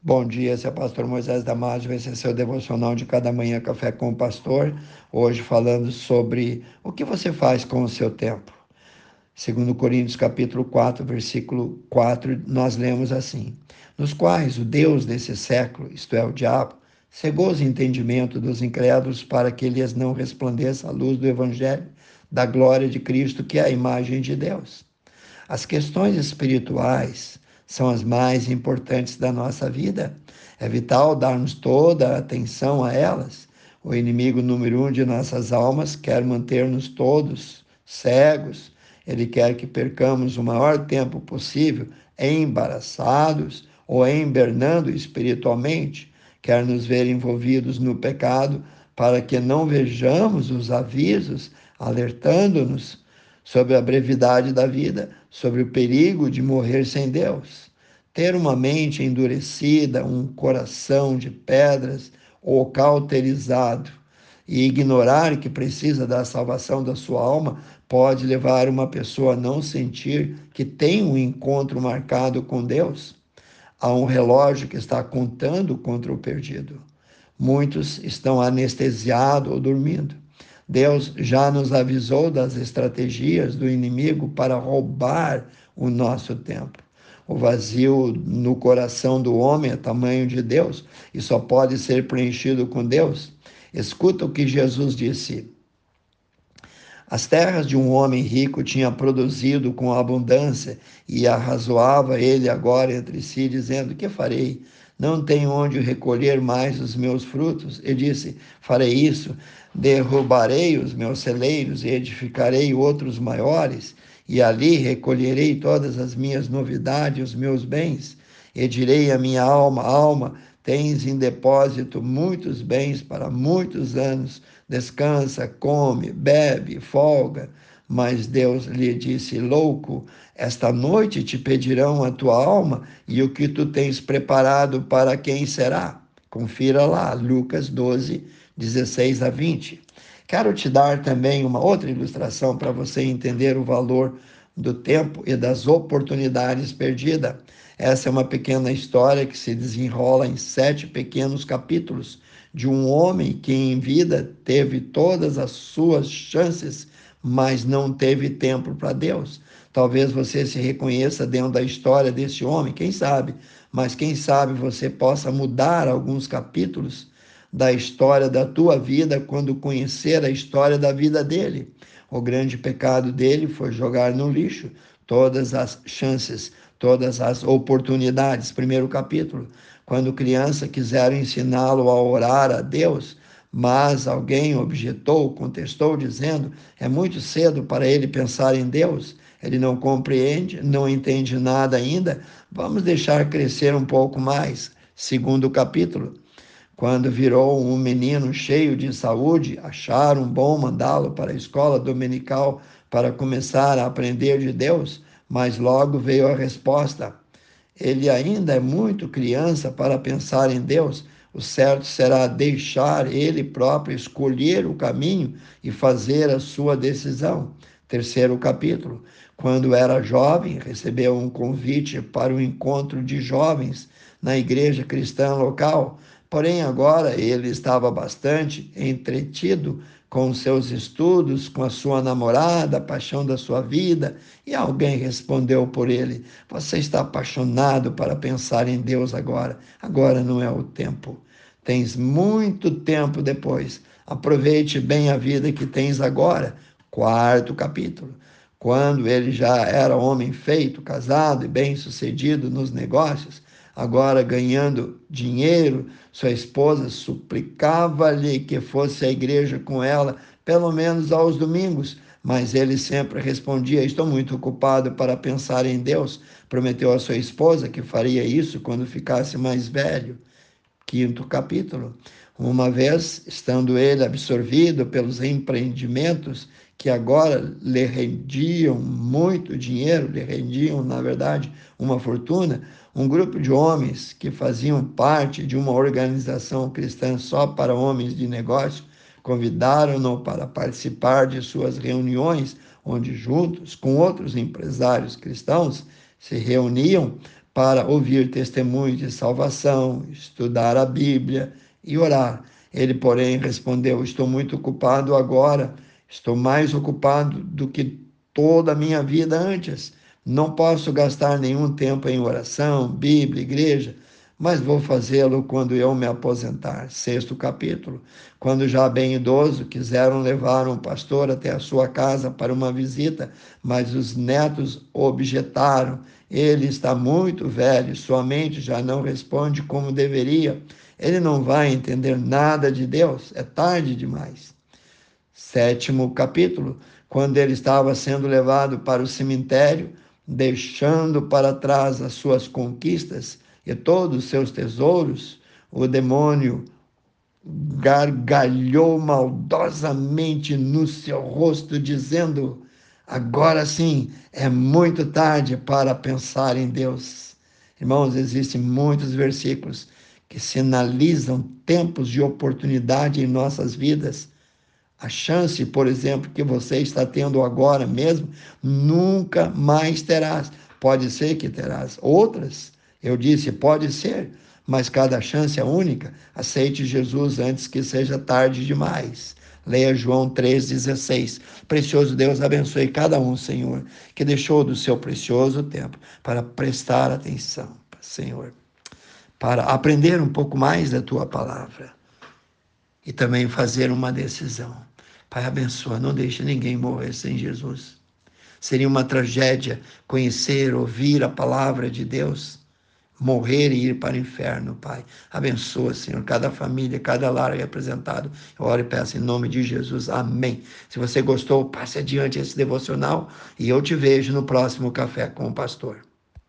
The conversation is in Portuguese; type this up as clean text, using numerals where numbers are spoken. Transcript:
Bom dia, esse é o pastor Moisés Damásio, esse é seu devocional de cada manhã, Café com o Pastor. Hoje falando sobre o que você faz com o seu tempo. Segundo Coríntios capítulo 4, versículo 4, nós lemos assim: nos quais o Deus desse século, isto é, o diabo, cegou os entendimentos dos incrédulos para que lhes não resplandeça a luz do evangelho da glória de Cristo, que é a imagem de Deus. As questões espirituais são as mais importantes da nossa vida. É vital darmos toda a atenção a elas. O inimigo número 1 de nossas almas quer manter-nos todos cegos. Ele quer que percamos o maior tempo possível embaraçados ou embernando espiritualmente. Quer nos ver envolvidos no pecado para que não vejamos os avisos alertando-nos sobre a brevidade da vida, sobre o perigo de morrer sem Deus. Ter uma mente endurecida, um coração de pedras ou cauterizado e ignorar que precisa da salvação da sua alma pode levar uma pessoa a não sentir que tem um encontro marcado com Deus. Há um relógio que está contando contra o perdido. Muitos estão anestesiados ou dormindo. Deus já nos avisou das estratégias do inimigo para roubar o nosso tempo. O vazio no coração do homem é tamanho de Deus e só pode ser preenchido com Deus. Escuta o que Jesus disse: as terras de um homem rico tinham produzido com abundância, e arrazoava ele agora entre si, dizendo: que farei? Não tenho onde recolher mais os meus frutos. E disse: farei isso, derrubarei os meus celeiros e edificarei outros maiores, e ali recolherei todas as minhas novidades, os meus bens. E direi à minha alma: alma, tens em depósito muitos bens para muitos anos. Descansa, come, bebe, folga. Mas Deus lhe disse: louco, esta noite te pedirão a tua alma, e o que tu tens preparado para quem será? Confira lá, Lucas 12, 16 a 20. Quero te dar também uma outra ilustração para você entender o valor do tempo e das oportunidades perdidas. Essa é uma pequena história que se desenrola em 7 pequenos capítulos de um homem que em vida teve todas as suas chances, mas não teve tempo para Deus. Talvez você se reconheça dentro da história desse homem, quem sabe? Mas quem sabe você possa mudar alguns capítulos da história da tua vida quando conhecer a história da vida dele. O grande pecado dele foi jogar no lixo todas as chances, todas as oportunidades. Primeiro capítulo, quando criança quiseram ensiná-lo a orar a Deus, mas alguém objetou, contestou, dizendo: é muito cedo para ele pensar em Deus, ele não compreende, não entende nada ainda, vamos deixar crescer um pouco mais. Segundo capítulo, quando virou um menino cheio de saúde, acharam bom mandá-lo para a escola dominical para começar a aprender de Deus, mas logo veio a resposta: ele ainda é muito criança para pensar em Deus. O certo será deixar ele próprio escolher o caminho e fazer a sua decisão. Terceiro capítulo. Quando era jovem, recebeu um convite para um encontro de jovens na igreja cristã local. Porém, agora ele estava bastante entretido com seus estudos, com a sua namorada, a paixão da sua vida, e alguém respondeu por ele: você está apaixonado para pensar em Deus agora. Agora não é o tempo. Tens muito tempo depois. Aproveite bem a vida que tens agora. Quarto capítulo. Quando ele já era homem feito, casado e bem-sucedido nos negócios, agora ganhando dinheiro, sua esposa suplicava-lhe que fosse à igreja com ela, pelo menos aos domingos, mas ele sempre respondia: estou muito ocupado para pensar em Deus. Prometeu à sua esposa que faria isso quando ficasse mais velho. Quinto capítulo. Uma vez, estando ele absorvido pelos empreendimentos que agora lhe rendiam muito dinheiro, lhe rendiam, na verdade, uma fortuna, um grupo de homens que faziam parte de uma organização cristã só para homens de negócio convidaram-no para participar de suas reuniões, onde juntos com outros empresários cristãos se reuniam para ouvir testemunhos de salvação, estudar a Bíblia e orar. Ele, porém, respondeu: Estou muito ocupado agora, estou mais ocupado do que toda a minha vida antes. Não posso gastar nenhum tempo em oração, Bíblia, igreja, mas vou fazê-lo quando eu me aposentar. Sexto capítulo. Quando já bem idoso, quiseram levar um pastor até a sua casa para uma visita, mas os netos objetaram. Ele está muito velho, sua mente já não responde como deveria. Ele não vai entender nada de Deus, é tarde demais. Sétimo capítulo, quando ele estava sendo levado para o cemitério, deixando para trás as suas conquistas e todos os seus tesouros, o demônio gargalhou maldosamente no seu rosto, dizendo: Agora sim, é muito tarde para pensar em Deus. Irmãos, existem muitos versículos que sinalizam tempos de oportunidade em nossas vidas. A chance, por exemplo, que você está tendo agora mesmo, nunca mais terás. Pode ser que terás outras. Eu disse, pode ser, mas cada chance é única. Aceite Jesus antes que seja tarde demais. Leia João 3,16. Precioso Deus, abençoe cada um, Senhor, que deixou do seu precioso tempo para prestar atenção, Senhor, para aprender um pouco mais da tua palavra e também fazer uma decisão. Pai, abençoa, não deixe ninguém morrer sem Jesus. Seria uma tragédia conhecer, ouvir a palavra de Deus, morrer e ir para o inferno, Pai. Abençoa, Senhor, cada família, cada lar representado. Eu oro e peço em nome de Jesus. Amém. Se você gostou, passe adiante esse devocional e eu te vejo no próximo Café com o Pastor.